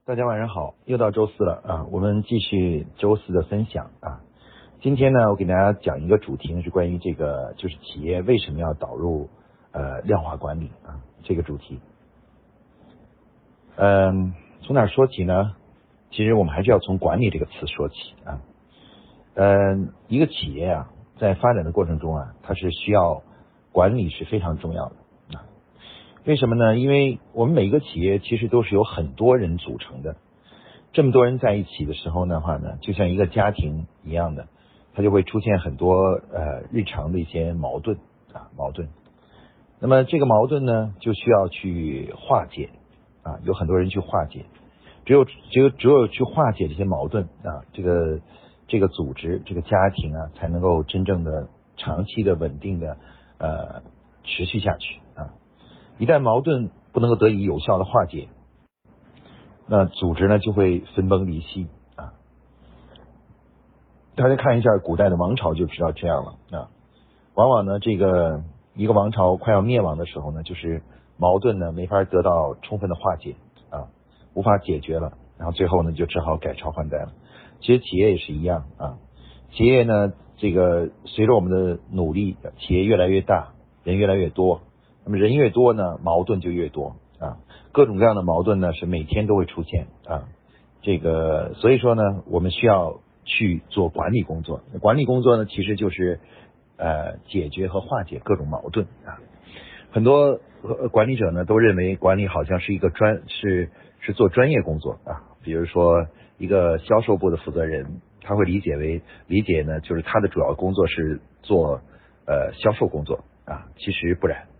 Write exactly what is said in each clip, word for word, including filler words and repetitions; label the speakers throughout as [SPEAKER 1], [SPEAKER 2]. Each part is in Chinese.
[SPEAKER 1] 大家晚上好，又到周四了啊，我们继续周四的分享啊。今天呢，我给大家讲一个主题呢，是关于这个就是企业为什么要导入呃量化管理啊这个主题。嗯，从哪儿说起呢？其实我们还是要从管理这个词说起啊。嗯，一个企业啊，在发展的过程中啊，它是需要管理是非常重要的。为什么呢？因为我们每一个企业其实都是由很多人组成的，这么多人在一起的时候的话呢，就像一个家庭一样的，它就会出现很多呃日常的一些矛盾啊矛盾。那么这个矛盾呢，就需要去化解啊，有很多人去化解，只有只有只有去化解这些矛盾啊，这个这个组织这个家庭啊，才能够真正的长期的稳定的呃持续下去啊。一旦矛盾不能够得以有效的化解，那组织呢就会分崩离析啊。大家看一下古代的王朝就知道这样了啊。往往呢，这个一个王朝快要灭亡的时候呢，就是矛盾呢没法得到充分的化解啊，无法解决了，然后最后呢就只好改朝换代了。其实企业也是一样啊，企业呢这个随着我们的努力，企业越来越大，人越来越多。那么人越多呢，矛盾就越多啊，各种各样的矛盾呢是每天都会出现啊。这个所以说呢，我们需要去做管理工作。管理工作呢，其实就是呃解决和化解各种矛盾啊。很多管理者呢都认为管理好像是一个专是是做专业工作啊，比如说一个销售部的负责人，他会理解为理解呢就是他的主要工作是做呃销售工作啊，其实不然。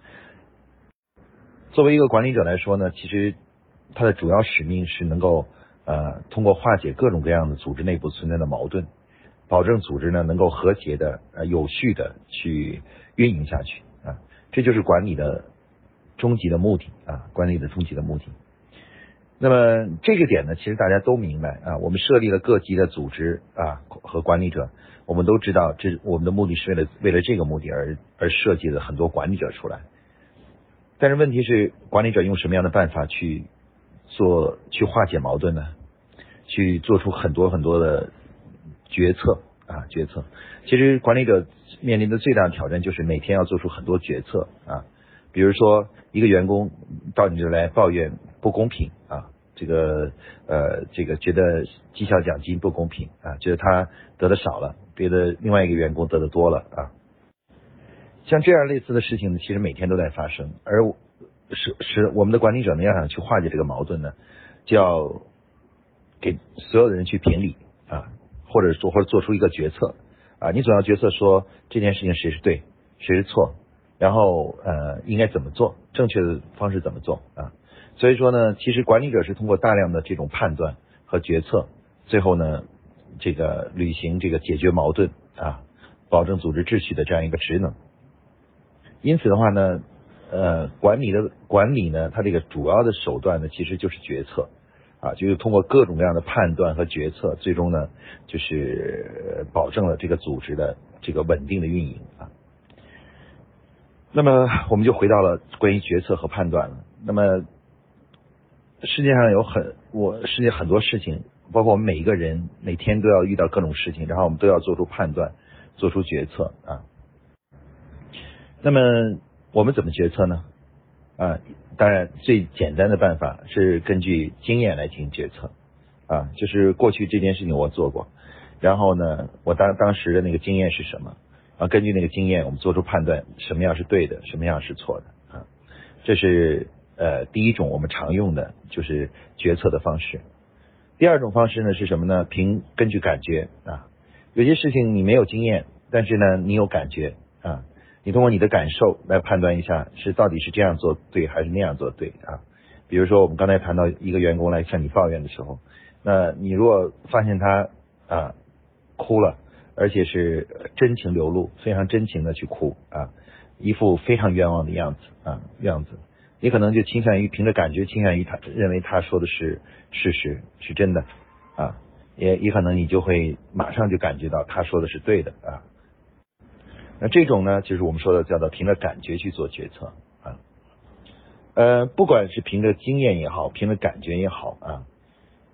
[SPEAKER 1] 作为一个管理者来说呢，其实他的主要使命是能够呃通过化解各种各样的组织内部存在的矛盾，保证组织呢能够和谐的呃有序的去运营下去啊，这就是管理的终极的目的啊，管理的终极的目的。那么这个点呢，其实大家都明白啊，我们设立了各级的组织啊和管理者，我们都知道这我们的目的是为了为了这个目的而而设计了很多管理者出来。但是问题是，管理者用什么样的办法去做去化解矛盾呢？去做出很多很多的决策啊决策。其实管理者面临的最大的挑战就是每天要做出很多决策啊。比如说一个员工到你这来抱怨不公平啊，这个呃这个觉得绩效奖金不公平啊，觉得他得的少了，别的另外一个员工得的多了啊。像这样类似的事情呢，其实每天都在发生，而是是我们的管理者呢，要想去化解这个矛盾呢，就要给所有的人去评理啊，或者说或者做出一个决策啊，你总要决策说这件事情谁是对，谁是错，然后呃应该怎么做，正确的方式怎么做啊。所以说呢，其实管理者是通过大量的这种判断和决策，最后呢这个履行这个解决矛盾啊，保证组织秩序的这样一个职能。因此的话呢，呃，管理的管理呢，它这个主要的手段呢，其实就是决策啊，就是通过各种各样的判断和决策，最终呢，就是保证了这个组织的这个稳定的运营啊。那么我们就回到了关于决策和判断了。那么世界上有很我世界很多事情，包括我们每一个人每天都要遇到各种事情，然后我们都要做出判断，做出决策啊。那么我们怎么决策呢？啊，当然最简单的办法是根据经验来进行决策啊，就是过去这件事情我做过，然后呢，我当当时的那个经验是什么啊？根据那个经验，我们做出判断，什么样是对的，什么样是错的啊？这是呃第一种我们常用的就是决策的方式。第二种方式呢是什么呢？凭根据感觉啊，有些事情你没有经验，但是呢你有感觉啊。你通过你的感受来判断一下，是到底是这样做对还是那样做对啊？比如说我们刚才谈到一个员工来向你抱怨的时候，那你如果发现他啊哭了，而且是真情流露，非常真情的去哭啊，一副非常冤枉的样子啊样子，你可能就倾向于凭着感觉倾向于他认为他说的是事实是真的啊，也也可能你就会马上就感觉到他说的是对的啊。那这种呢，就是我们说的叫做凭着感觉去做决策啊。呃，不管是凭着经验也好，凭着感觉也好啊，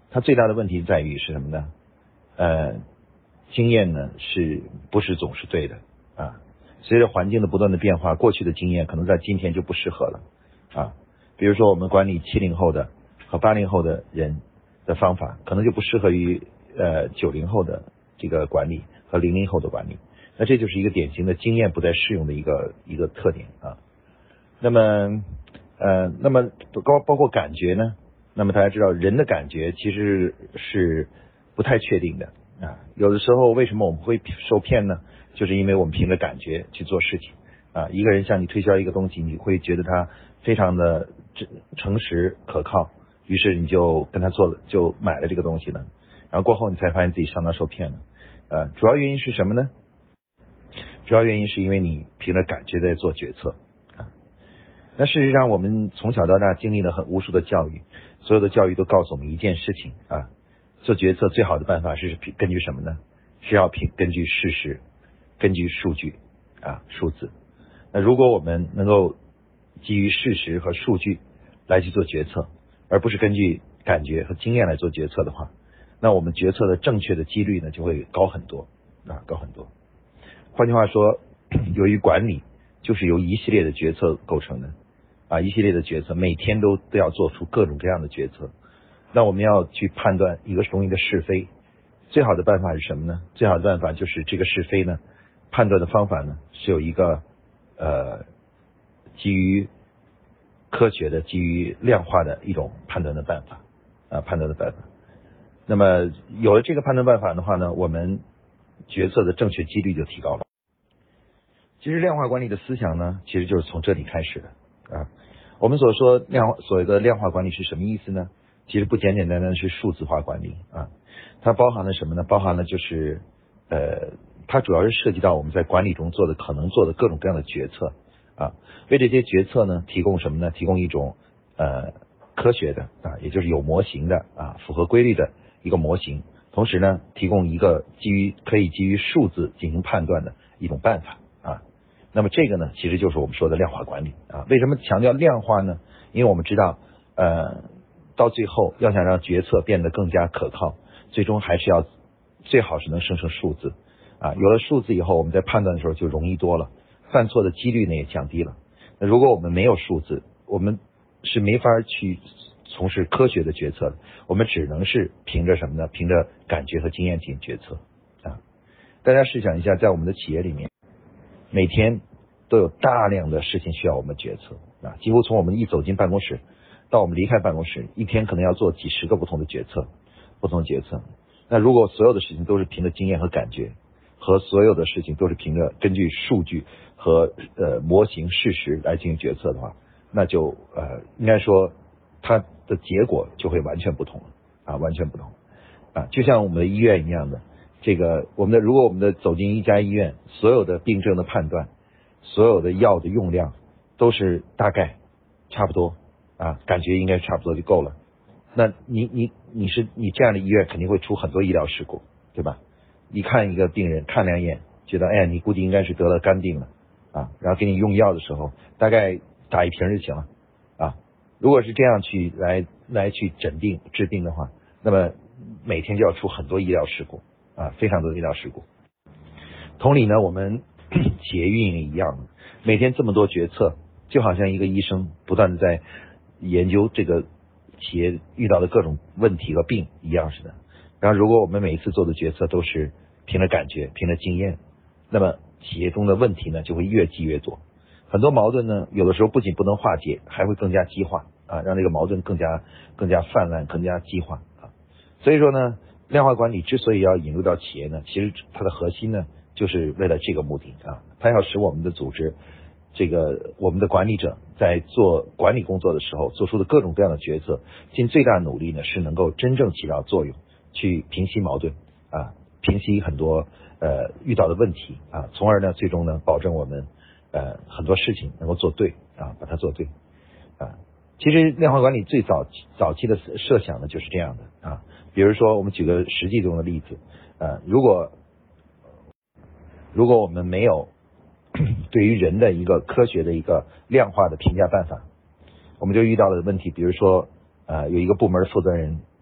[SPEAKER 1] 它最大的问题在于是什么呢？呃，经验呢是不是总是对的啊？随着环境的不断的变化，过去的经验可能在今天就不适合了啊。比如说我们管理七零后的和八零后的人的方法，可能就不适合于呃九零后的这个管理和零零后的管理。那这就是一个典型的经验不再适用的一个一个特点啊。那么呃，那么包包括感觉呢？那么大家知道，人的感觉其实是不太确定的啊。有的时候为什么我们会受骗呢？就是因为我们凭着感觉去做事情啊。一个人向你推销一个东西，你会觉得他非常的诚实可靠，于是你就跟他做了，就买了这个东西了。然后过后你才发现自己上当受骗了。呃，主要原因是什么呢？主要原因是因为你凭着感觉在做决策啊。那事实上，我们从小到大经历了很无数的教育，所有的教育都告诉我们一件事情啊，做决策最好的办法是根据什么呢？是要凭根据事实，根据数据啊，数字。那如果我们能够基于事实和数据来去做决策，而不是根据感觉和经验来做决策的话，那我们决策的正确的几率呢就会高很多啊，高很多。换句话说，由于管理就是由一系列的决策构成的啊，一系列的决策，每天都都要做出各种各样的决策。那我们要去判断一个东西的是非，最好的办法是什么呢？最好的办法就是这个是非呢，判断的方法呢是有一个呃基于科学的、基于量化的一种判断的办法啊，判断的办法。那么有了这个判断办法的话呢，我们决策的正确几率就提高了。其实量化管理的思想呢，其实就是从这里开始的啊。我们所说量所谓的量化管理是什么意思呢？其实不简简单单是数字化管理啊，它包含了什么呢？包含了就是呃，它主要是涉及到我们在管理中做的可能做的各种各样的决策啊，为这些决策呢提供什么呢？提供一种呃科学的啊，也就是有模型的啊，符合规律的一个模型，同时呢提供一个基于可以基于数字进行判断的一种办法啊。那么这个呢，其实就是我们说的量化管理啊。为什么强调量化呢？因为我们知道，呃，到最后要想让决策变得更加可靠，最终还是要最好是能生成数字啊。有了数字以后，我们在判断的时候就容易多了，犯错的几率呢也降低了。那如果我们没有数字，我们是没法去从事科学的决策的，我们只能是凭着什么呢？凭着感觉和经验进行决策啊。大家试想一下，在我们的企业里面，每天都有大量的事情需要我们决策啊，几乎从我们一走进办公室到我们离开办公室，一天可能要做几十个不同的决策，不同的决策。那如果所有的事情都是凭着经验和感觉，和所有的事情都是凭着根据数据和呃模型事实来进行决策的话，那就呃应该说它的结果就会完全不同了啊，完全不同啊，就像我们的医院一样的。这个我们的如果我们的走进一家医院，所有的病症的判断，所有的药的用量都是大概差不多啊，感觉应该差不多就够了。那你你你是你这样的医院肯定会出很多医疗事故，对吧？你看一个病人看两眼，觉得哎呀你估计应该是得了肝病了啊，然后给你用药的时候，大概打一瓶就行了啊。如果是这样去来来去诊病治病的话，那么每天就要出很多医疗事故。啊，非常多的医疗事故。同理呢，我们企业运营一样，每天这么多决策，就好像一个医生不断的在研究这个企业遇到的各种问题和病一样似的。然后，如果我们每一次做的决策都是凭着感觉、凭着经验，那么企业中的问题呢就会越积越多。很多矛盾呢，有的时候不仅不能化解，还会更加激化啊，让这个矛盾更加更加泛滥、更加激化啊。所以说呢。量化管理之所以要引入到企业呢，其实它的核心呢，就是为了这个目的啊，它要使我们的组织，这个我们的管理者在做管理工作的时候做出的各种各样的决策，尽最大努力呢，是能够真正起到作用，去平息矛盾啊，平息很多呃遇到的问题啊，从而呢，最终呢，保证我们呃很多事情能够做对啊，把它做对啊。其实量化管理最早早期的设想呢，就是这样的啊。比如说，我们举个实际中的例子，呃，如果如果我们没有对于人的一个科学的一个量化的评价办法，我们就遇到的问题，比如说，呃，有一个部门负责人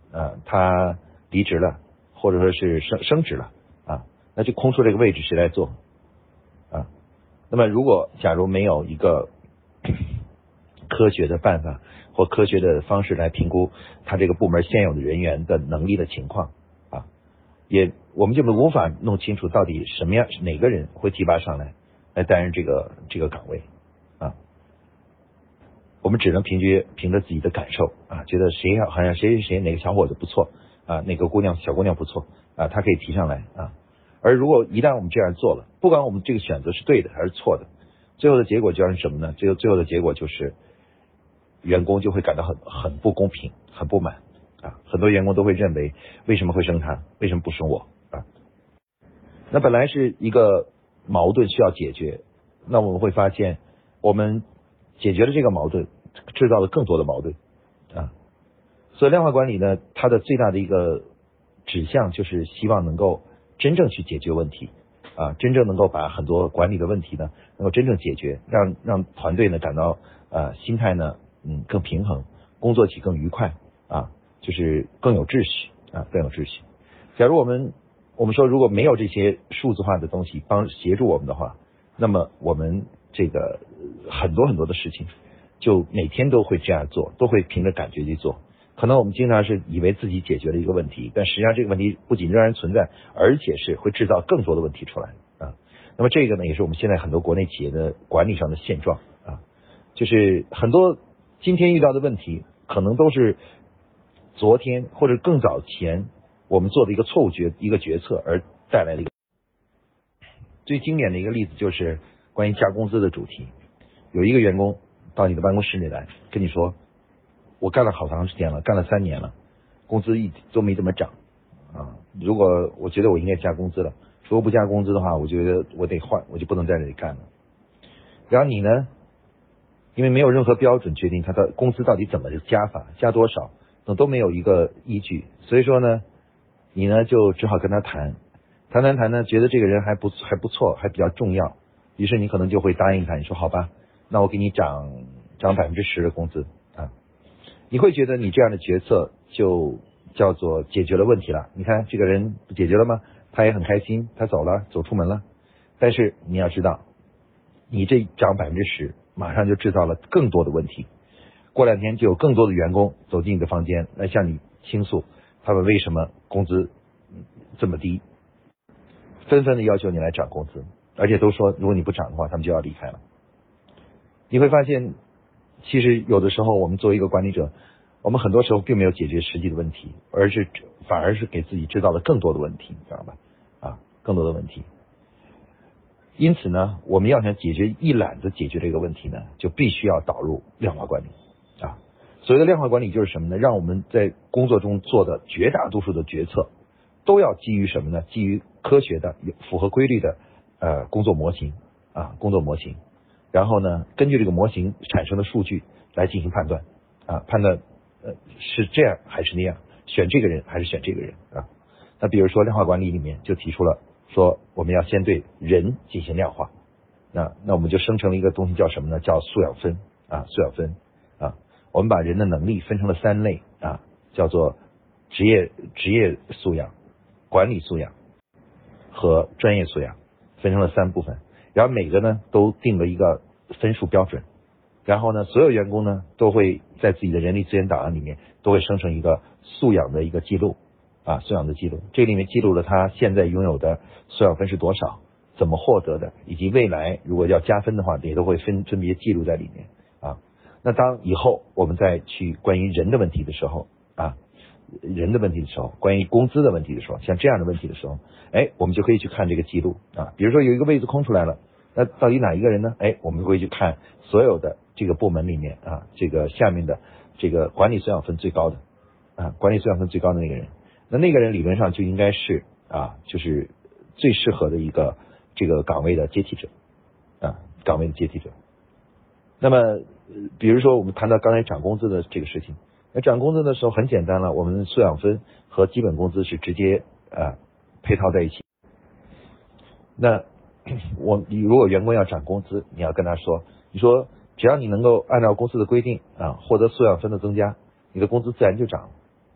[SPEAKER 1] 呃，他离职了，或者说是升升职了啊，那就空出这个位置谁来做啊？那么如果假如没有一个科学的办法或科学的方式来评估他这个部门现有的人员的能力的情况啊，也我们就无法弄清楚到底什么样哪个人会提拔上来来担任这个这个岗位啊。我们只能凭据凭着自己的感受啊，觉得谁好像谁谁谁哪个小伙子不错啊，哪个姑娘小姑娘不错啊，他可以提上来啊。而如果一旦我们这样做了，不管我们这个选择是对的还是错的，最后的结果就要是什么呢？最后最后的结果就是员工就会感到很很不公平，很不满啊。很多员工都会认为为什么会升他，为什么不升我啊？那本来是一个矛盾需要解决，那我们会发现我们解决了这个矛盾，制造了更多的矛盾啊。所以量化管理呢，它的最大的一个指向就是希望能够真正去解决问题啊，真正能够把很多管理的问题呢能够真正解决，让让团队呢感到呃心态呢嗯更平衡，工作起更愉快啊，就是更有秩序啊，更有秩序。假如我们我们说如果没有这些数字化的东西帮协助我们的话，那么我们这个很多很多的事情就每天都会这样做，都会凭着感觉去做。可能我们经常是以为自己解决了一个问题，但实际上这个问题不仅仍然存在，而且是会制造更多的问题出来啊。那么这个呢，也是我们现在很多国内企业的管理上的现状啊，就是很多今天遇到的问题，可能都是昨天或者更早前我们做的一个错误决一个决策而带来的一个。最经典的一个例子就是关于加工资的主题，有一个员工到你的办公室里来跟你说，我干了好长时间了，干了三年了，工资一都没怎么涨啊！如果我觉得我应该加工资了，如果不加工资的话，我觉得我得换，我就不能在这里干了。然后你呢，因为没有任何标准决定他的工资到底怎么加法，加多少，等都没有一个依据，所以说呢，你呢就只好跟他谈，谈谈谈呢，觉得这个人还不还不错，还比较重要，于是你可能就会答应他，你说好吧，那我给你涨涨百分之十的工资啊。你会觉得你这样的决策就叫做解决了问题了，你看这个人不解决了吗？他也很开心，他走了，走出门了。但是你要知道，你这涨百分之十，马上就制造了更多的问题。过两天就有更多的员工走进你的房间来向你倾诉，他们为什么工资这么低，纷纷的要求你来涨工资，而且都说如果你不涨的话，他们就要离开了。你会发现，其实有的时候我们作为一个管理者，我们很多时候并没有解决实际的问题，而是反而是给自己制造了更多的问题，知道吧？啊，更多的问题。因此呢，我们要想解决一揽子解决这个问题呢，就必须要导入量化管理啊。所谓的量化管理就是什么呢？让我们在工作中做的绝大多数的决策，都要基于什么呢？基于科学的、符合规律的呃工作模型啊，工作模型。然后呢，根据这个模型产生的数据来进行判断啊，判断呃是这样还是那样，选这个人还是选这个人啊。那比如说量化管理里面就提出了说，我们要先对人进行量化，那那我们就生成了一个东西叫什么呢？叫素养分啊，素养分啊。我们把人的能力分成了三类啊，叫做职业职业素养、管理素养和专业素养，分成了三部分。然后每个呢都定了一个分数标准，然后呢所有员工呢都会在自己的人力资源档案里面都会生成一个素养的一个记录啊，素养的记录，这里面记录了他现在拥有的素养分是多少，怎么获得的，以及未来如果要加分的话也都会分分别记录在里面啊。那当以后我们再去关于人的问题的时候啊，人的问题的时候，关于工资的问题的时候，像这样的问题的时候，哎，我们就可以去看这个记录啊。比如说有一个位置空出来了，那到底哪一个人呢？哎，我们会去看所有的这个部门里面啊，这个下面的这个管理素养分最高的啊，管理素养分最高的那个人，那那个人理论上就应该是啊，就是最适合的一个这个岗位的接替者啊，岗位的接替者。那么比如说我们谈到刚才涨工资的这个事情，那涨工资的时候很简单了，我们素养分和基本工资是直接呃配套在一起。那我你如果员工要涨工资，你要跟他说，你说只要你能够按照公司的规定啊获得素养分的增加，你的工资自然就涨了。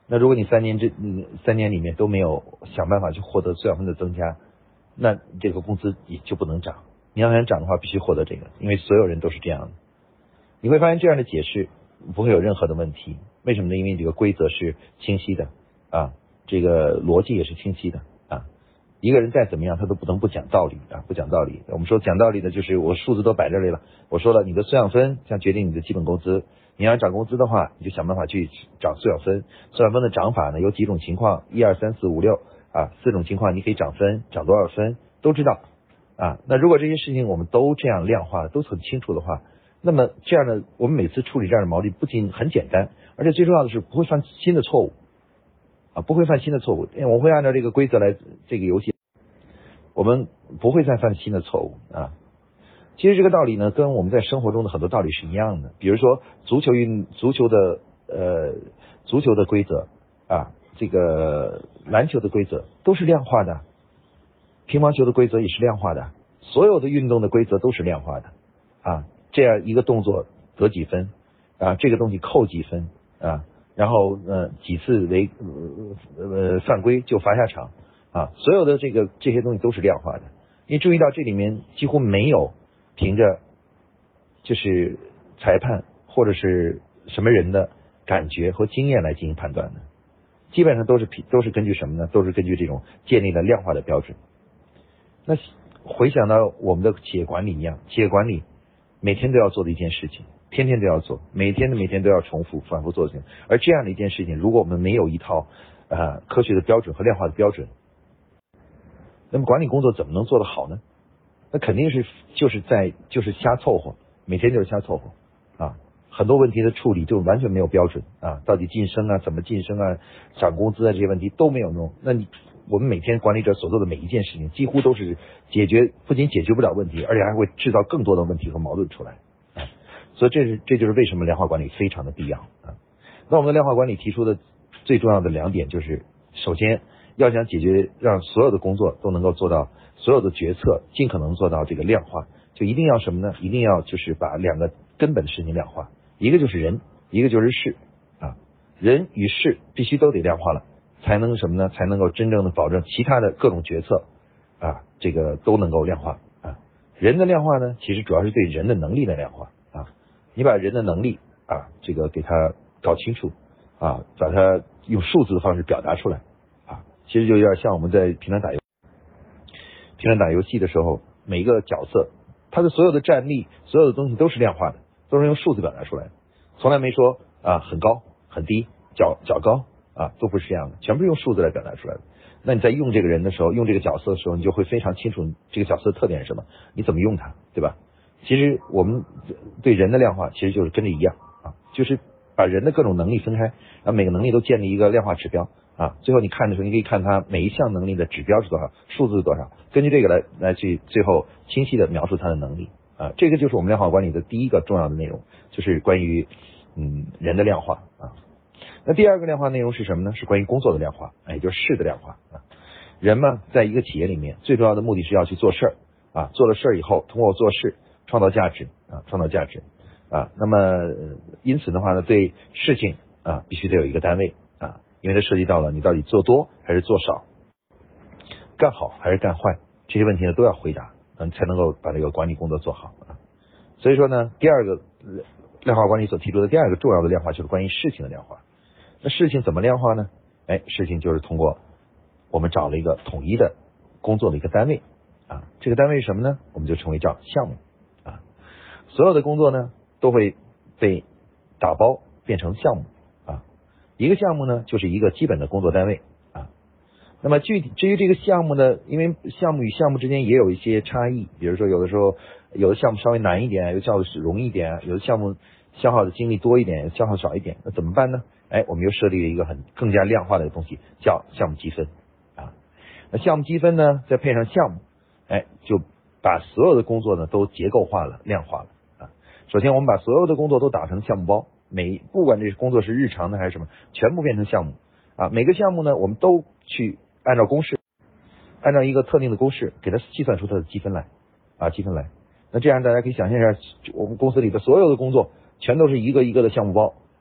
[SPEAKER 1] 那如果你三年这嗯三年里面都没有想办法去获得孙小芬的增加，那这个工资也就不能涨。你要想涨的话，必须获得这个，因为所有人都是这样的。你会发现这样的解释不会有任何的问题。为什么呢？因为这个规则是清晰的啊，这个逻辑也是清晰的啊。一个人再怎么样，他都不能不讲道理啊，不讲道理。我们说讲道理的，就是我数字都摆这里了。我说了，你的孙小芬将决定你的基本工资。你要涨工资的话，你就想办法去涨孙小芬。孙小芬的涨法呢，有几种情况，一二三四五六啊，四种情况，你可以涨分，涨多少分都知道啊。那如果这些事情我们都这样量化，都很清楚的话，那么这样的我们每次处理这样的矛盾，不仅很简单，而且最重要的是不会犯新的错误啊，不会犯新的错误。因为我会按照这个规则来这个游戏，我们不会再犯新的错误啊。其实这个道理呢，跟我们在生活中的很多道理是一样的。比如说足球运足球的呃足球的规则啊，这个篮球的规则都是量化的，乒乓球的规则也是量化的，所有的运动的规则都是量化的啊。这样一个动作得几分啊，这个东西扣几分啊，然后呃几次违呃呃犯规就罚下场啊，所有的这个这些东西都是量化的。你注意到这里面几乎没有凭着就是裁判或者是什么人的感觉和经验来进行判断的，基本上都是都是根据什么呢？都是根据这种建立的量化的标准。那回想到我们的企业管理一样，企业管理每天都要做的一件事情，天天都要做，每天的每天都要重复反复做的事情。而这样的一件事情，如果我们没有一套呃科学的标准和量化的标准，那么管理工作怎么能做得好呢？那肯定是就是在就是瞎凑合，每天就是瞎凑合啊。很多问题的处理就完全没有标准啊，到底晋升啊，怎么晋升啊，涨工资啊，这些问题都没有弄。那你我们每天管理者所做的每一件事情，几乎都是解决不仅解决不了问题，而且还会制造更多的问题和矛盾出来啊。所以这是这就是为什么量化管理非常的必要啊。那我们的量化管理提出的最重要的两点就是，首先要想解决让所有的工作都能够做到，所有的决策尽可能做到这个量化，就一定要什么呢？一定要就是把两个根本的事情量化，一个就是人，一个就是事啊。人与事必须都得量化了，才能什么呢？才能够真正的保证其他的各种决策啊，这个都能够量化啊。人的量化呢，其实主要是对人的能力的量化啊。你把人的能力啊，这个给他搞清楚啊，把它用数字的方式表达出来啊，其实就有点像我们在平常打游平常打游戏的时候，每一个角色他的所有的战力，所有的东西都是量化的，都是用数字表达出来的，从来没说啊很高很低，较较高啊，都不是这样的，全部是用数字来表达出来的。那你在用这个人的时候，用这个角色的时候，你就会非常清楚这个角色的特点是什么，你怎么用它，对吧？其实我们对人的量化其实就是跟这一样啊，就是把人的各种能力分开，然后每个能力都建立一个量化指标啊，最后你看的时候，你可以看它每一项能力的指标是多少，数字是多少，根据这个来来去最后清晰的描述它的能力啊，这个就是我们量化管理的第一个重要的内容，就是关于嗯人的量化啊。那第二个量化内容是什么呢？是关于工作的量化，也就是事的量化啊。人嘛，在一个企业里面，最重要的目的是要去做事儿啊，做了事儿以后，通过做事创造价值啊，创造价值啊。那么因此的话呢，对事情啊，必须得有一个单位啊，因为它涉及到了你到底做多还是做少，干好还是干坏，这些问题呢都要回答，嗯，才能够把这个管理工作做好啊。所以说呢，第二个量化管理所提出的第二个重要的量化就是关于事情的量化。那事情怎么量化呢？哎，事情就是通过我们找了一个统一的工作的一个单位啊，这个单位是什么呢？我们就称为叫项目啊。所有的工作呢都会被打包变成项目啊，一个项目呢就是一个基本的工作单位啊。那么具体至于这个项目呢，因为项目与项目之间也有一些差异，比如说有的时候有的项目稍微难一点，有的项目容易一点，有的项目消耗的精力多一点，消耗少一点，那怎么办呢？哎，我们又设立了一个很更加量化的东西，叫项目积分啊。那项目积分呢，再配上项目，哎，就把所有的工作呢都结构化了、量化了啊。首先，我们把所有的工作都打成项目包，每不管这工作是日常的还是什么，全部变成项目啊。每个项目呢，我们都去按照公式，按照一个特定的公式，给它计算出它的积分来啊，积分来。那这样大家可以想象一下，我们公司里的所有的工作全都是一个一个的项目包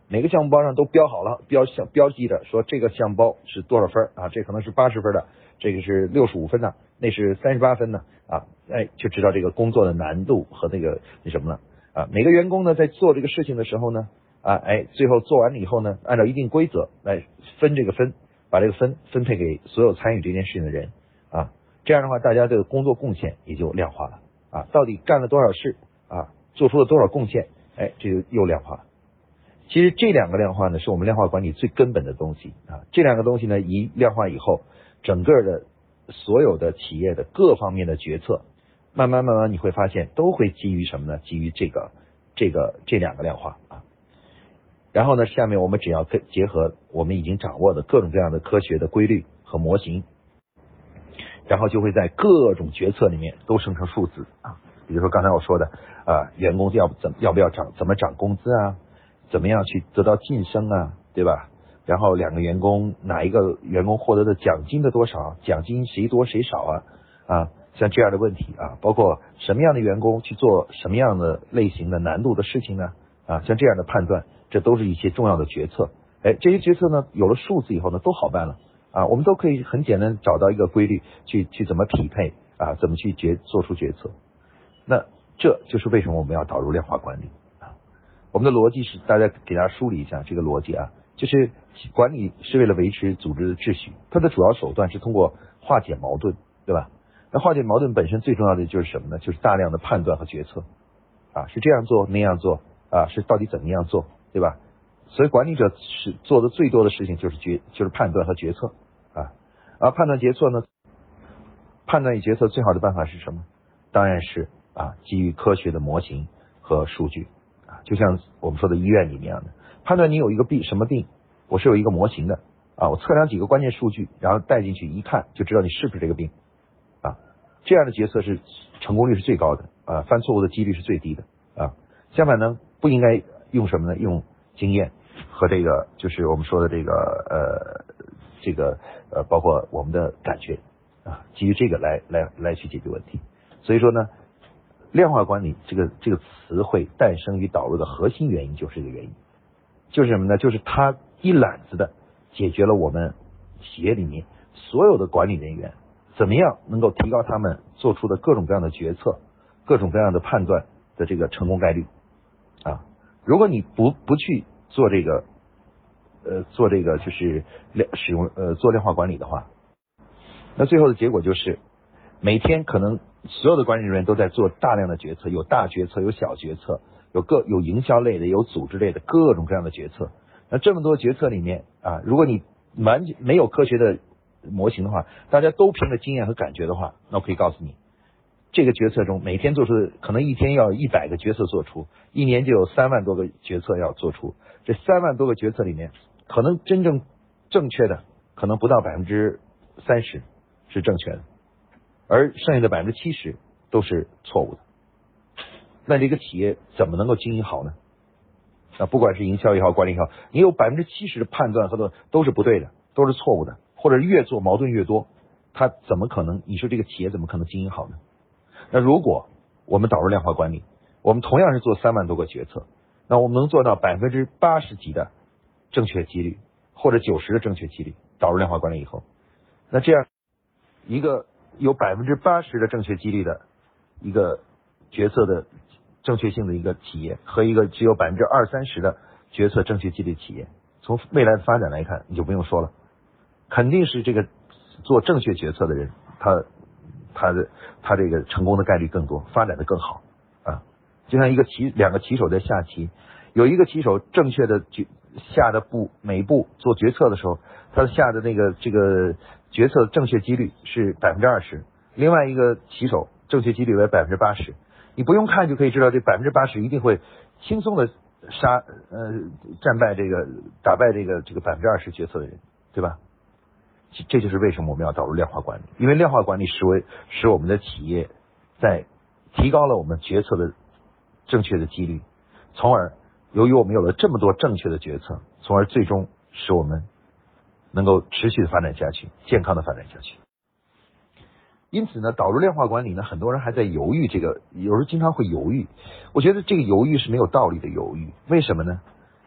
[SPEAKER 1] 每个项目包上都标好了，标标记着说这个项目包是多少分啊？这可能是八十分的，这个是六十五分的，那是三十八分的啊，哎，就知道这个工作的难度和那个那什么了啊。每个员工呢在做这个事情的时候呢，啊，哎，最后做完了以后呢，按照一定规则来分这个分，把这个分分配给所有参与这件事情的人啊。这样的话，大家的工作贡献也就量化了啊，到底干了多少事啊，做出了多少贡献，哎，这就又量化了。其实这两个量化呢，是我们量化管理最根本的东西啊。这两个东西呢，一量化以后，整个的所有的企业的各方面的决策，慢慢慢慢你会发现，都会基于什么呢？基于这个这个这两个量化啊。然后呢，下面我们只要跟结合我们已经掌握的各种各样的科学的规律和模型，然后就会在各种决策里面都生成数字啊。比如说刚才我说的啊，员工要怎要不要涨，怎么涨工资啊？怎么样去得到晋升啊，对吧？然后两个员工哪一个员工获得的奖金的多少，奖金谁多谁少啊？啊，像这样的问题啊，包括什么样的员工去做什么样的类型的难度的事情呢？啊，像这样的判断，这都是一些重要的决策。哎，这些决策呢，有了数字以后呢，都好办了啊，我们都可以很简单找到一个规律，去去怎么匹配啊，怎么去决做出决策。那这就是为什么我们要导入量化管理。我们的逻辑是，大家给大家梳理一下这个逻辑啊，就是管理是为了维持组织的秩序，它的主要手段是通过化解矛盾，对吧？那化解矛盾本身最重要的就是什么呢？就是大量的判断和决策啊，是这样做那样做啊，是到底怎么样做，对吧？所以管理者是做的最多的事情就是决就是判断和决策啊，而判断决策呢，判断与决策最好的办法是什么？当然是啊，基于科学的模型和数据。就像我们说的医院里面一样的，判断你有一个病什么病，我是有一个模型的啊，我测量几个关键数据，然后带进去一看就知道你是不是这个病啊，这样的决策是成功率是最高的啊，犯错误的几率是最低的啊。相反呢，不应该用什么呢？用经验和这个就是我们说的这个呃这个呃包括我们的感觉啊，基于这个来来来去解决问题。所以说呢，量化管理这个这个词汇诞生与导入的核心原因就是这个原因，就是什么呢？就是它一揽子的解决了我们企业里面所有的管理人员怎么样能够提高他们做出的各种各样的决策、各种各样的判断的这个成功概率啊。如果你不不去做这个呃做这个就是量使用呃做量化管理的话，那最后的结果就是每天可能所有的管理人员都在做大量的决策，有大决策，有小决策，有各有营销类的，有组织类的，各种各样的决策。那这么多决策里面啊，如果你完全没有科学的模型的话，大家都凭着经验和感觉的话，那我可以告诉你，这个决策中每天做出的可能一天要一百个决策做出，一年就有三万多个决策要做出。这三万多个决策里面，可能真正正确的可能不到百分之三十是正确的。而剩下的百分之七十都是错误的，那这个企业怎么能够经营好呢？啊，不管是营销也好，管理也好，你有百分之七十的判断和都都是不对的，都是错误的，或者越做矛盾越多，它怎么可能？你说这个企业怎么可能经营好呢？那如果我们导入量化管理，我们同样是做三万多个决策，那我们能做到百分之八十几的正确几率，或者九十的正确几率，导入量化管理以后，那这样一个有百分之八十的正确几率的一个决策的正确性的一个企业，和一个只有百分之二三十的决策正确几率企业，从未来的发展来看，你就不用说了，肯定是这个做正确决策的人，他他的他这个成功的概率更多，发展的更好啊。就像一个棋两个棋手在下棋，有一个棋手正确的决下的步每一步做决策的时候，他下的那个这个决策正确几率是百分之二十，另外一个棋手正确几率为百分之八十，你不用看就可以知道，这百分之八十一定会轻松的杀呃战败这个打败这个这个百分之二十决策的人，对吧？这就是为什么我们要导入量化管理，因为量化管理使为使我们的企业在提高了我们决策的正确的几率，从而由于我们有了这么多正确的决策，从而最终使我们能够持续的发展下去，健康的发展下去。因此呢，导入量化管理呢，很多人还在犹豫，这个有时候经常会犹豫。我觉得这个犹豫是没有道理的犹豫，为什么呢？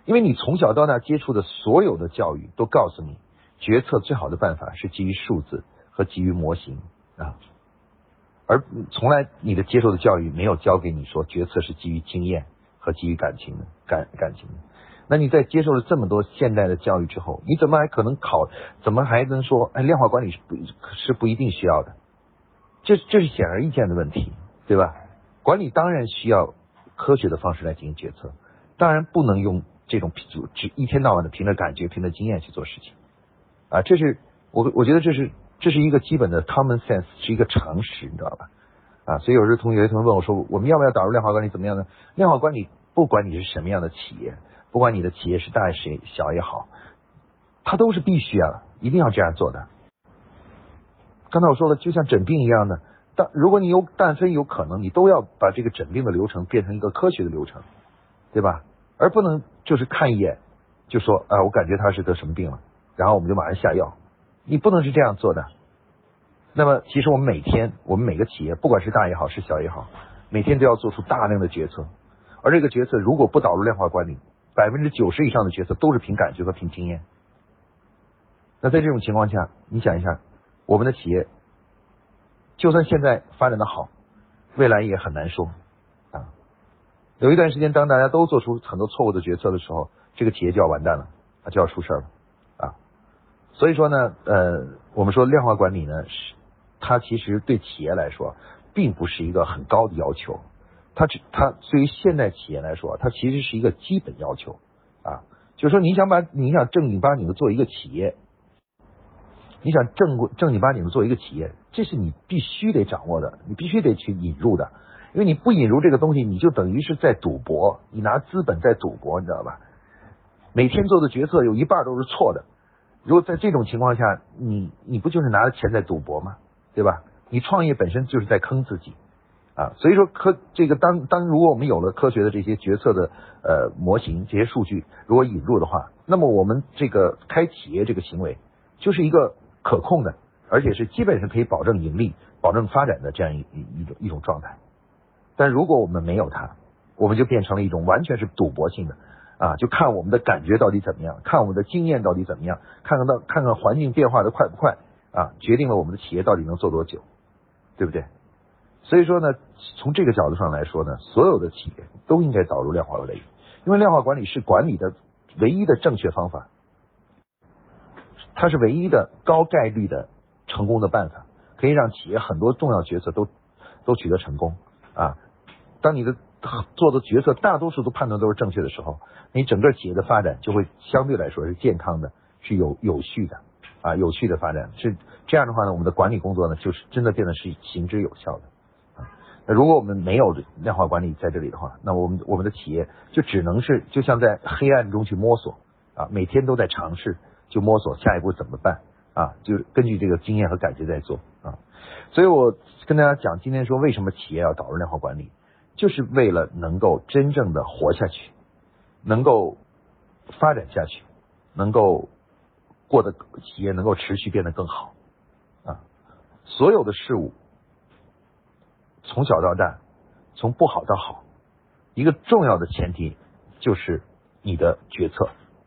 [SPEAKER 1] 因为你从小到大接触的所有的教育都告诉你，决策最好的办法是基于数字和基于模型啊，而从来你的接受的教育没有教给你说决策是基于经验和基于感情的感感情的。那你在接受了这么多现代的教育之后，你怎么还可能考？怎么还能说哎，量化管理是不是不一定需要的？这这是显而易见的问题，对吧？管理当然需要科学的方式来进行决策，当然不能用这种只一天到晚的凭着感觉、凭着经验去做事情啊！这是我我觉得这是这是一个基本的 common sense， 是一个常识，你知道吧？啊，所以有时候同有些同学问我说，我们要不要导入量化管理？怎么样呢？量化管理不管你是什么样的企业，不管你的企业是大是小也好，它都是必须啊，一定要这样做的。刚才我说了，就像诊病一样的，但如果你有但凡有可能，你都要把这个诊病的流程变成一个科学的流程，对吧？而不能就是看一眼就说啊，我感觉他是得什么病了，然后我们就马上下药，你不能是这样做的。那么其实我们每天，我们每个企业，不管是大也好，是小也好，每天都要做出大量的决策，而这个决策如果不导入量化管理，百分之九十以上的决策都是凭感觉和凭经验。那在这种情况下，你想一下，我们的企业就算现在发展的好，未来也很难说啊。有一段时间，当大家都做出很多错误的决策的时候，这个企业就要完蛋了，它就要出事了啊。所以说呢，呃，我们说量化管理呢，是它其实对企业来说，并不是一个很高的要求，它只它对于现代企业来说，它其实是一个基本要求啊。就是说，你想把你想正经八经的做一个企业，你想正正经八经的做一个企业，这是你必须得掌握的，你必须得去引入的。因为你不引入这个东西，你就等于是在赌博，你拿资本在赌博，你知道吧？每天做的决策有一半都是错的。如果在这种情况下，你你不就是拿着钱在赌博吗？对吧？你创业本身就是在坑自己啊。所以说科这个当当如果我们有了科学的这些决策的呃模型，这些数据如果引入的话，那么我们这个开企业这个行为就是一个可控的，而且是基本上可以保证盈利、保证发展的这样一一种一种状态。但如果我们没有它，我们就变成了一种完全是赌博性的啊，就看我们的感觉到底怎么样，看我们的经验到底怎么样，看看到看看环境变化的快不快啊，决定了我们的企业到底能做多久，对不对？所以说呢，从这个角度上来说呢，所有的企业都应该导入量化管理，因为量化管理是管理的唯一的正确方法，它是唯一的高概率的成功的办法，可以让企业很多重要决策都都取得成功啊。当你的做的决策大多数都判断都是正确的时候，你整个企业的发展就会相对来说是健康的，是有有序的啊，有序的发展。是这样的话呢，我们的管理工作呢，就是真的变得是行之有效的啊。那如果我们没有量化管理在这里的话，那我们我们的企业就只能是就像在黑暗中去摸索啊，每天都在尝试，就摸索下一步怎么办啊，就是根据这个经验和感觉在做啊。所以我跟大家讲，今天说为什么企业要导入量化管理，就是为了能够真正的活下去，能够发展下去，能够过得企业能够持续变得更好啊。所有的事物从小到大，从不好到好，一个重要的前提就是你的决策。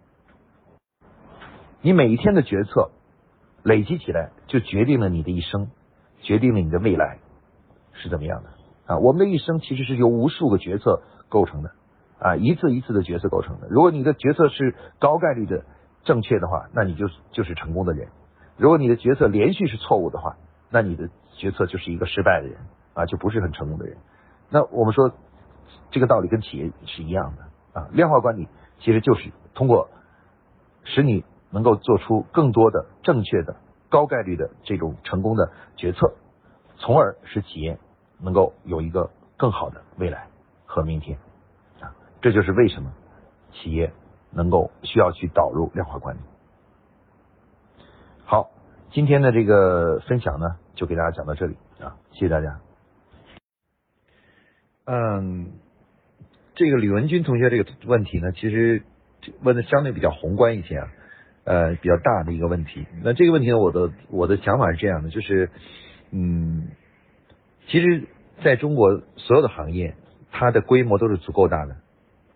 [SPEAKER 1] 你每一天的决策累积起来，就决定了你的一生，决定了你的未来是怎么样的啊。我们的一生其实是由无数个决策构成的啊，一次一次的决策构成的。如果你的决策是高概率的正确的话，那你就就是成功的人；如果你的决策连续是错误的话，那你的决策就是一个失败的人啊，就不是很成功的人。那我们说这个道理跟企业是一样的啊。量化管理其实就是通过使你能够做出更多的正确的高概率的这种成功的决策，从而使企业能够有一个更好的未来和明天啊。这就是为什么企业能够需要去导入量化管理。好，今天的这个分享呢，就给大家讲到这里啊，谢谢大家。嗯，这个吕文军同学这个问题呢，其实问的相对比较宏观一些啊，呃，比较大的一个问题。那这个问题呢，我的我的想法是这样的，就是，嗯，其实在中国所有的行业，它的规模都是足够大的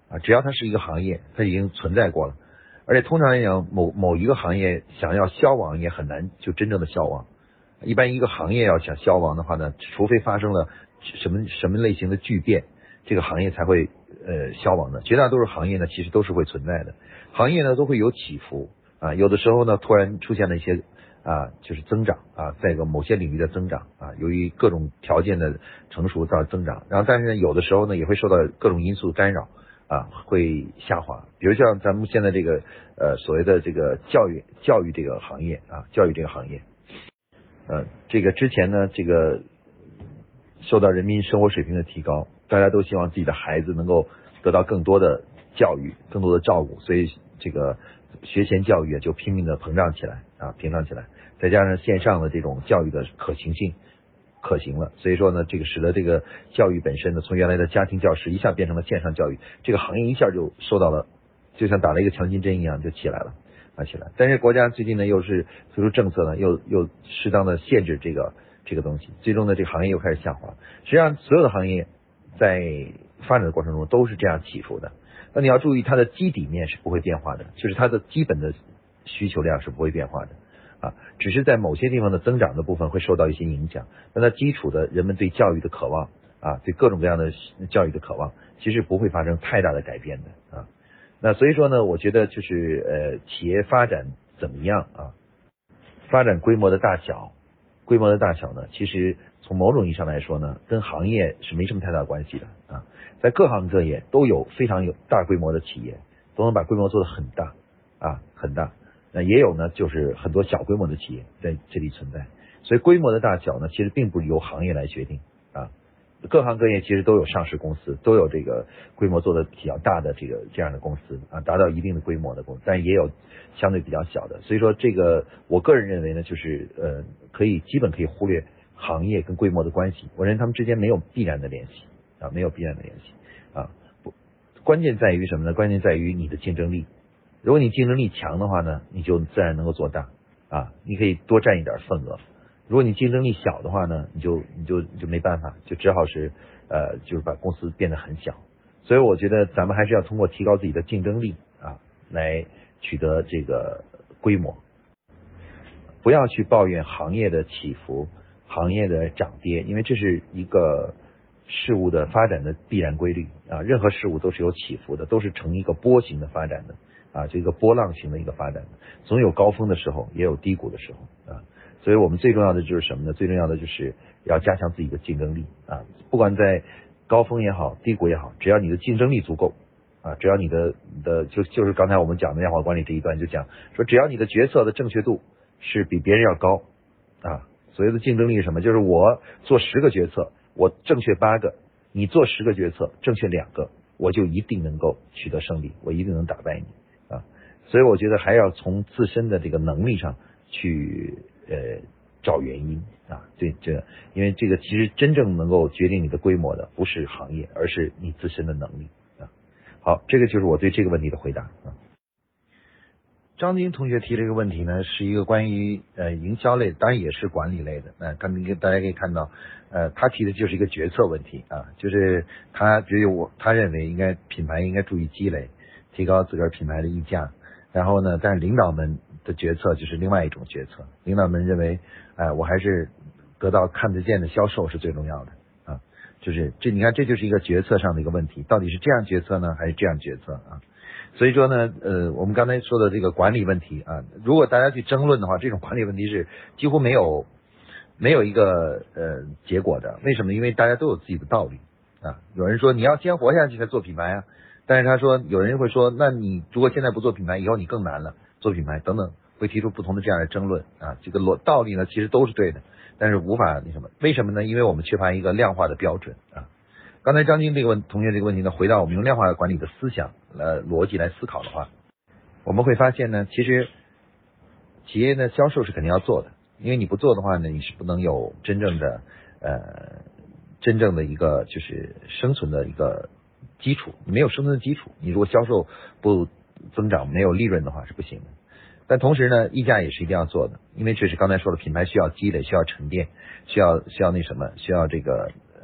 [SPEAKER 1] 啊，只要它是一个行业，它已经存在过了。而且通常来讲，某某一个行业想要消亡也很难就真正的消亡。一般一个行业要想消亡的话呢，除非发生了什么什么类型的巨变，这个行业才会呃消亡的。绝大多数行业呢，其实都是会存在的。行业呢都会有起伏啊，有的时候呢突然出现了一些啊就是增长啊，在一个某些领域的增长啊，由于各种条件的成熟造成增长，然后但是呢有的时候呢也会受到各种因素干扰啊，会下滑。比如像咱们现在这个呃所谓的这个教育教育这个行业啊，教育这个行业。呃，这个之前呢，这个受到人民生活水平的提高，大家都希望自己的孩子能够得到更多的教育，更多的照顾，所以这个学前教育就拼命的膨胀起来啊，膨胀起来，再加上线上的这种教育的可行性可行了，所以说呢，这个使得这个教育本身呢，从原来的家庭教师一下变成了线上教育，这个行业一下就受到了，就像打了一个强心针一样就起来了。起来，但是国家最近呢又是推出政策呢，又又适当的限制这个这个东西，最终呢这个行业又开始下滑。实际上所有的行业在发展的过程中都是这样起伏的。那你要注意，它的基底面是不会变化的，就是它的基本的需求量是不会变化的啊，只是在某些地方的增长的部分会受到一些影响。那它基础的人们对教育的渴望啊，对各种各样的教育的渴望，其实不会发生太大的改变的啊。那所以说呢，我觉得就是呃，企业发展怎么样啊？发展规模的大小，规模的大小呢，其实从某种意义上来说呢，跟行业是没什么太大关系的啊。在各行各业都有非常有大规模的企业，都能把规模做得很大啊，很大。那也有呢，就是很多小规模的企业在这里存在。所以规模的大小呢，其实并不是由行业来决定啊。各行各业其实都有上市公司，都有这个规模做的比较大的这个这样的公司啊，达到一定的规模的公司，但也有相对比较小的。所以说这个我个人认为呢，就是呃可以基本可以忽略行业跟规模的关系，我认为他们之间没有必然的联系啊，没有必然的联系啊。不，关键在于什么呢？关键在于你的竞争力。如果你竞争力强的话呢，你就自然能够做大啊，你可以多占一点份额。如果你竞争力小的话呢，你就你就你就没办法，就只好是呃，就是把公司变得很小。所以我觉得咱们还是要通过提高自己的竞争力啊，来取得这个规模。不要去抱怨行业的起伏、行业的涨跌，因为这是一个事物的发展的必然规律啊。任何事物都是有起伏的，都是呈一个波形的发展的啊，这个波浪形的一个发展的，总有高峰的时候，也有低谷的时候啊。所以我们最重要的就是什么呢？最重要的就是要加强自己的竞争力啊！不管在高峰也好，低谷也好，只要你的竞争力足够啊，只要你的的就就是刚才我们讲的量化管理这一段就讲说，只要你的决策的正确度是比别人要高啊。所谓的竞争力是什么？就是我做十个决策，我正确八个，你做十个决策正确两个，我就一定能够取得胜利，我一定能打败你啊！所以我觉得还要从自身的这个能力上去。呃，找原因啊，对，这因为这个其实真正能够决定你的规模的不是行业，而是你自身的能力啊。好，这个就是我对这个问题的回答啊。张晶同学提这个问题呢，是一个关于呃营销类，当然也是管理类的。那刚才大家可以看到，呃，他提的就是一个决策问题啊，就是他只有我他认为应该品牌应该注意积累，提高自个儿品牌的溢价。然后呢，但是领导们的决策就是另外一种决策。领导们认为，哎、呃，我还是得到看得见的销售是最重要的啊。就是这，你看，这就是一个决策上的一个问题，到底是这样决策呢，还是这样决策啊？所以说呢，呃，我们刚才说的这个管理问题啊，如果大家去争论的话，这种管理问题是几乎没有没有一个呃结果的。为什么？因为大家都有自己的道理啊。有人说你要先活下去才做品牌啊。但是他说，有人会说，那你如果现在不做品牌，以后你更难了，做品牌等等，会提出不同的这样的争论啊。这个逻道理呢，其实都是对的，但是无法那什么？为什么呢？因为我们缺乏一个量化的标准啊。刚才张晶这个问同学这个问题呢，回到我们用量化管理的思想呃逻辑来思考的话，我们会发现呢，其实企业的销售是肯定要做的，因为你不做的话呢，你是不能有真正的呃真正的一个就是生存的一个。基础，你没有生存的基础，你如果销售不增长，没有利润的话是不行的。但同时呢，溢价也是一定要做的，因为这是刚才说的，品牌需要积累，需要沉淀，需要需要那什么，需要这个呃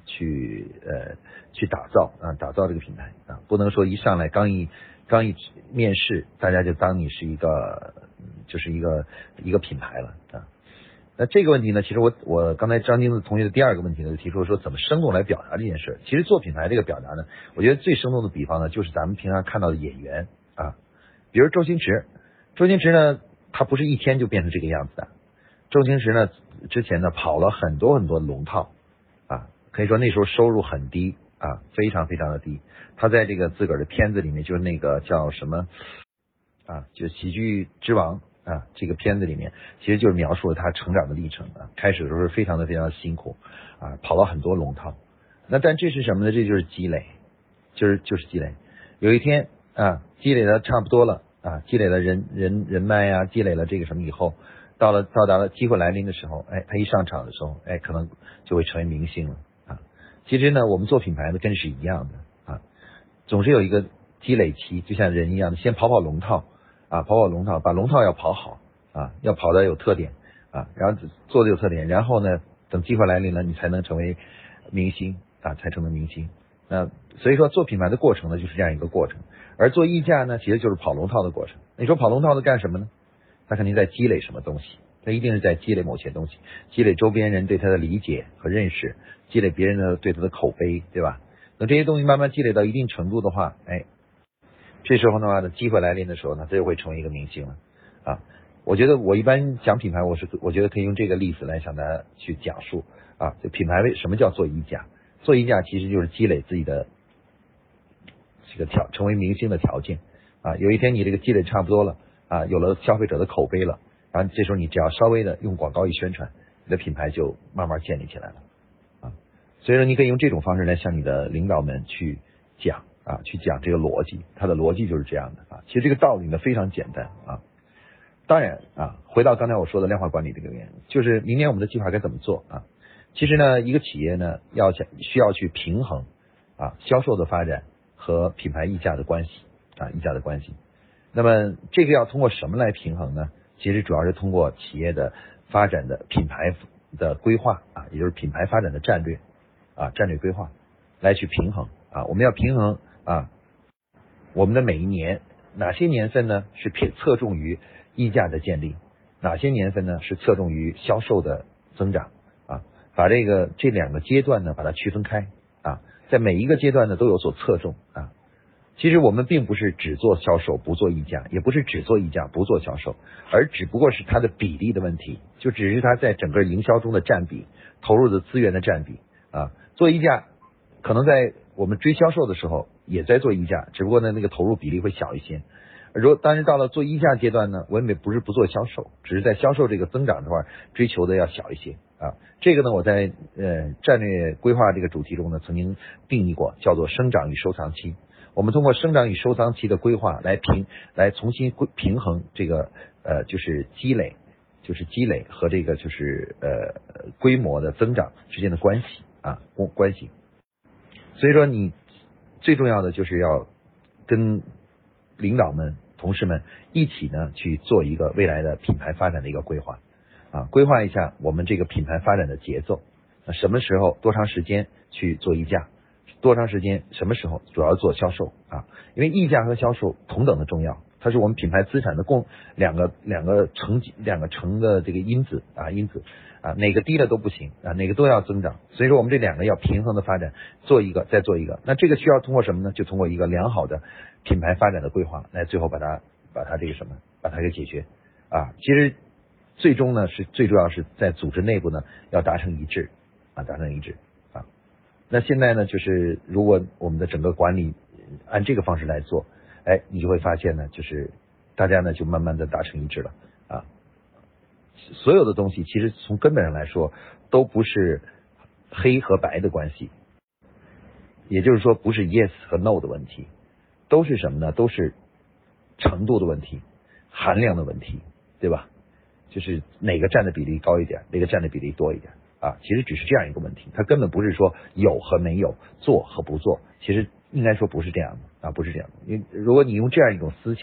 [SPEAKER 1] 去呃去打造啊，打造这个品牌啊，不能说一上来刚一刚一面试，大家就当你是一个就是一个一个品牌了啊。那这个问题呢，其实我我刚才张金子同学的第二个问题呢，就提出了说怎么生动来表达这件事。其实做品牌这个表达呢，我觉得最生动的比方呢，就是咱们平常看到的演员啊，比如周星驰，周星驰呢，他不是一天就变成这个样子的。周星驰呢，之前呢跑了很多很多龙套啊，可以说那时候收入很低啊，非常非常的低。他在这个自个儿的片子里面，就是那个叫什么啊，就喜剧之王。啊，这个片子里面其实就是描述了他成长的历程啊。开始的时候是非常的非常的辛苦啊，跑了很多龙套。那但这是什么呢？这就是积累，就是就是积累。有一天啊，积累的差不多了啊，积累了人人人脉啊，积累了这个什么以后，到了到达了机会来临的时候，哎，他一上场的时候，哎，可能就会成为明星了啊。其实呢，我们做品牌的跟是一样的啊，总是有一个积累期，就像人一样的，先跑跑龙套。啊，跑跑龙套，把龙套要跑好啊，要跑的有特点啊，然后做的有特点，然后呢，等机会来临了，你才能成为明星啊，才成为明星。那所以说做品牌的过程呢，就是这样一个过程。而做溢价呢，其实就是跑龙套的过程。你说跑龙套的干什么呢？他肯定在积累什么东西，他一定是在积累某些东西，积累周边人对他的理解和认识，积累别人的对他的口碑，对吧？等这些东西慢慢积累到一定程度的话，哎。这时候的话呢，机会来临的时候呢，他就会成为一个明星了啊！我觉得我一般讲品牌，我是我觉得可以用这个例子来向大家去讲述啊，就品牌为什么叫做溢价？做溢价其实就是积累自己的这个条，成为明星的条件啊。有一天你这个积累差不多了啊，有了消费者的口碑了，然后这时候你只要稍微的用广告一宣传，你的品牌就慢慢建立起来了啊。所以说你可以用这种方式来向你的领导们去讲。啊，去讲这个逻辑，它的逻辑就是这样的啊。其实这个道理呢非常简单啊。当然啊，回到刚才我说的量化管理这个原因，就是明年我们的计划该怎么做啊？其实呢，一个企业呢要想需要去平衡啊销售的发展和品牌溢价的关系啊溢价的关系。那么这个要通过什么来平衡呢？其实主要是通过企业的发展的品牌的规划啊，也就是品牌发展的战略啊战略规划来去平衡啊。我们要平衡。啊，我们的每一年哪些年份呢是偏侧重于溢价的建立，哪些年份呢是侧重于销售的增长啊？把这个这两个阶段呢把它区分开啊，在每一个阶段呢都有所侧重啊。其实我们并不是只做销售不做溢价，也不是只做溢价不做销售，而只不过是它的比例的问题，就只是它在整个营销中的占比，投入的资源的占比啊。做溢价可能在我们追销售的时候也在做溢价，只不过呢那个投入比例会小一些。如但是到了做溢价阶段呢，我们也不是不做销售，只是在销售这个增长这块追求的要小一些啊。这个呢我在呃战略规划这个主题中呢曾经定义过，叫做生长与收藏期。我们通过生长与收藏期的规划来平来重新平衡这个呃就是积累就是积累和这个就是呃规模的增长之间的关系啊关系。所以说你最重要的就是要跟领导们同事们一起呢去做一个未来的品牌发展的一个规划啊，规划一下我们这个品牌发展的节奏，那什么时候多长时间去做溢价，多长时间什么时候主要做销售啊？因为溢价和销售同等的重要，它是我们品牌资产的共两个两个成两个成的这个因子啊因子啊，哪个低了都不行啊，哪个都要增长。所以说我们这两个要平衡的发展，做一个再做一个。那这个需要通过什么呢？就通过一个良好的品牌发展的规划，来最后把它把它这个什么把它给解决啊。其实最终呢是最重要是在组织内部呢要达成一致啊，达成一致啊。那现在呢就是如果我们的整个管理按这个方式来做，哎，你就会发现呢，就是大家呢就慢慢的达成一致了啊。所有的东西其实从根本上来说都不是黑和白的关系，也就是说不是 yes 和 no 的问题，都是什么呢？都是程度的问题，含量的问题，对吧？就是哪个占的比例高一点，哪个占的比例多一点啊？其实只是这样一个问题，它根本不是说有和没有，做和不做，其实应该说不是这样的啊，不是这样的。因为如果你用这样一种思想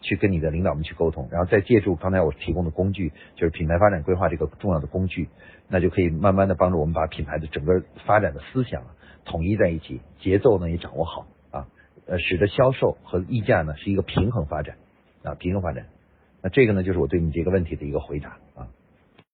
[SPEAKER 1] 去跟你的领导们去沟通，然后再借助刚才我提供的工具，就是品牌发展规划这个重要的工具，那就可以慢慢的帮助我们把品牌的整个发展的思想统一在一起，节奏呢也掌握好啊，呃，使得销售和溢价呢是一个平衡发展啊，平衡发展。那这个呢就是我对你这个问题的一个回答。